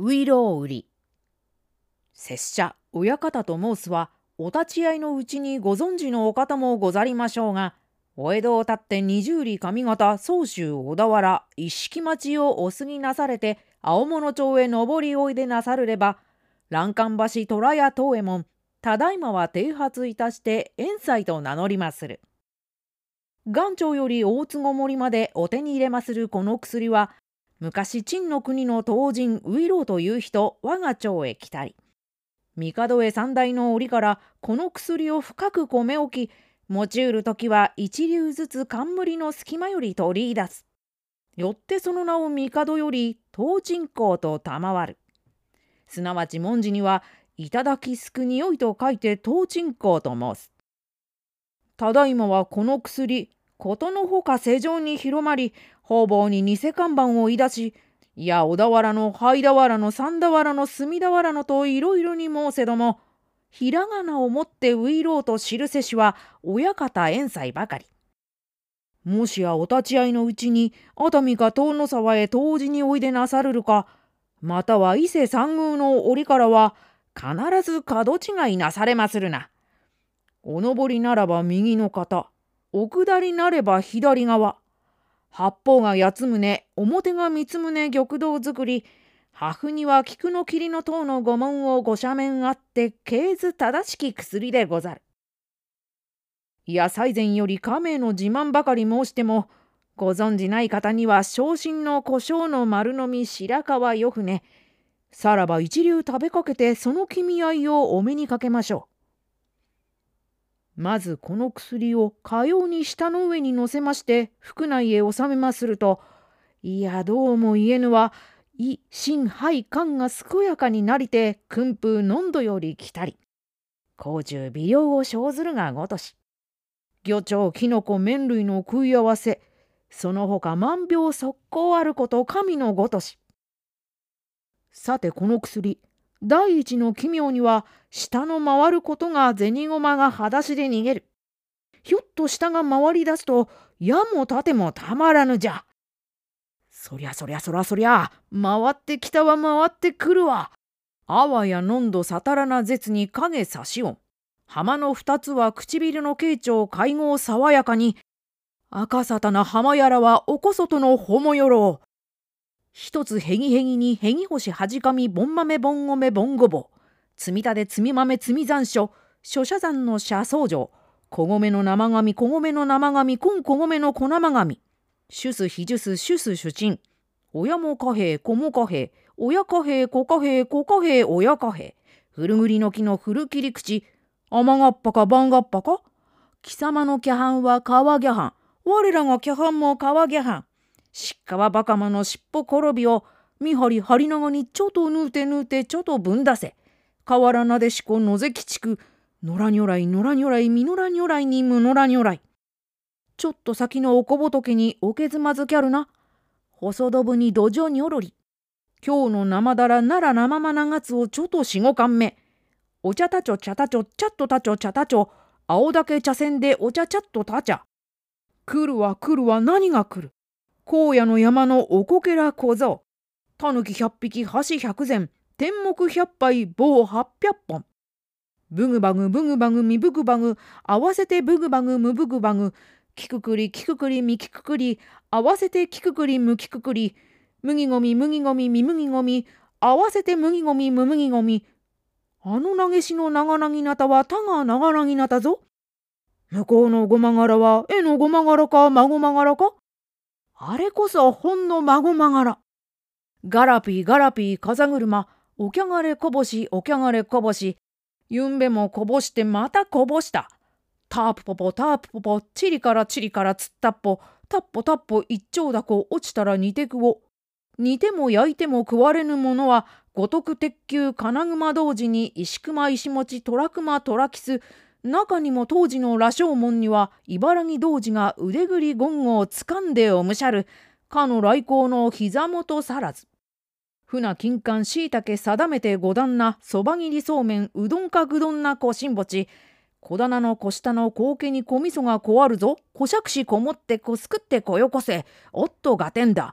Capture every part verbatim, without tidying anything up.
ういろう売り。拙者親方と申すは、お立ち会いのうちにご存知のお方もござりましょうが、お江戸を立って二十里上方総州小田原一色町をお過ぎなされて、青物町へ上りおいでなさるれば、欄干橋虎屋東右衛門、ただいまは剃髪いたして遠斎と名乗りまする。元朝より大坪森までお手に入れまするこの薬は、昔陳の国の東人ういろうという人我が町へ来たり、帝へ三代の折からこの薬を深く込め置き、持ちうるときは一粒ずつ冠の隙間より取り出す。よってその名を帝より東鎮公と賜る。すなわち文字には、いただきすく匂いと書いて東鎮公と申す。ただいまはこの薬、ことのほか世上に広まり、方々に偽看板をいだし、いや小田原の灰俵の三俵の隅俵のといろいろに申せども、ひらがなをもってういろうと知るせしは親方遠斎ばかり。もしやお立ち会いのうちに熱海か遠野沢へ同時においでなさるるか、または伊勢三宮の折からは必ず角違いなされまするな。お上りならば右の肩、お下りなれば左側。八方が八つ棟、表が三つ棟玉堂作り、破風には菊の霧の塔の御門をご斜面あって、経図正しき薬でござる。いや最前より家名の自慢ばかり申しても、ご存じない方には昇進の胡椒の丸飲み白川よ船、さらば一流食べかけてその君合いをお目にかけましょう。まずこの薬をかように舌の上に乗せまして腹内へ収めますると、いやどうも言えぬは胃心肺肝が健やかになりて、訓風飲んどより来たり、口中美容を生ずるがごとし、魚鳥きのこ麺類の食い合わせ、その他万病速攻あること神のごとし。さてこの薬、第一の奇妙には、下の回ることが銭駒が裸足で逃げる。ひょっと下が回り出すと、矢も盾もたまらぬじゃ。そりゃそりゃそらそりゃ、回ってきたは回ってくるわ。あわやのんどさたらな絶に影差し音。浜の二つは唇の慶長会合爽やかに、赤沙汰な浜やらはおこそとのほもよろう。一つへぎへぎにへぎ星はじかみぼん豆ぼん米ぼんごぼう、積みたで積み豆積み残暑、諸社山の社僧正、小米の生紙小米の生紙今小米の小生紙、主す非主す主す主人、親も貨幣子も貨幣、親貨幣子貨幣子貨幣親貨幣、古栗の木の古切り口、雨がっぱか晩がっぱか、貴様のキャハンは川ギャハン、我らがキャハンも川ギャハン、しっかわばかまのしっぽ転びを、みはり張り長にちょとぬうてぬうてちょとぶんだせ。河原なでしこのぜきちく、のらにょらいのらにょらいみのらにょらいにむのらにょらい。ちょっと先のおこぼとけにおけずまずきゃるな。細どぶにどじょにょろり。今日の生だらなら生まながつをちょとしごかんめ。お茶たちょ茶たちょちゃっとたちょ茶たちょ。青だけ茶せんでお茶ちゃっとたちゃ。来るわ来るわ何が来る。荒野の山のおこけら小僧、たぬき百匹箸百膳、天目百杯棒八百本。ブグバグブグバグミブグバグ、合わせてブグバグムブグバグ、キククリキククリミキククリ、合わせてキククリムキククリ、麦ゴミ麦ゴミミ麦ゴミ、合わせて麦ゴミム麦ゴミ。あの投げしの長なぎなたはたが長なぎなたぞ。向こうのごま柄は絵のごま柄かまごま柄か。あれこそほんのまごまがら。ガラピーガラピー風車、おきゃがれこぼしおきゃがれこぼし、ゆんべもこぼしてまたこぼした。タープポポタープポポ、チリからチリからつったっぽ、タッポタッポ一丁だこ落ちたら煮てくを。煮ても焼いても食われぬものは、五徳鉄球金熊同時に石熊石持ち虎熊虎キス、中にも当時の羅生門には茨城童子が腕ぐりゴンをつかんでおむしゃるかの来光の膝元さらず。船金柑しいたけ定めて五段なそば切りそうめんうどんかぐどんなこしんぼち。小棚の小下の高家に小味噌がこわるぞ。こしゃくしこもってこすくってこよこせ。おっとがてんだ。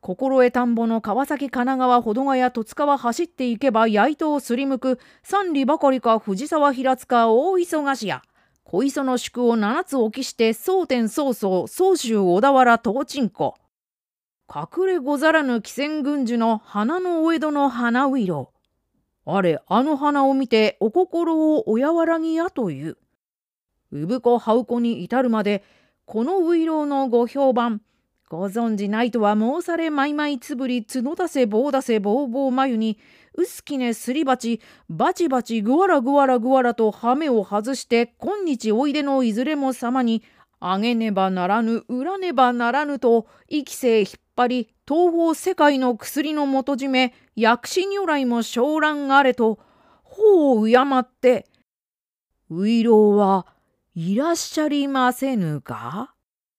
心得田んぼの川崎神奈川保土ヶ谷戸塚は走っていけばやいとをすりむく三里ばかりか藤沢平塚大忙しや。小磯の宿を七つ置きして蒼天曹操宗州小田原東鎮湖。隠れござらぬ汽船軍樹の花のお江戸の花ういろう。あれあの花を見てお心をおやわらぎやという。産子羽子に至るまでこのういろうのご評判ご存じないとは申されまいまいつぶり角出せ棒出せぼうぼう眉にうすきねすりばちバチバチぐわらぐわらぐわらと羽目を外して今日おいでのいずれも様にあげねばならぬ売らねばならぬと生きせ引っ張り東方世界の薬の元締め薬師如来も昇蘭あれと法を敬ってういろうはいらっしゃりませぬか。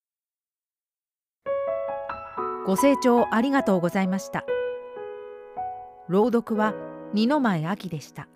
ご清聴ありがとうございました。朗読は二の前あきでした。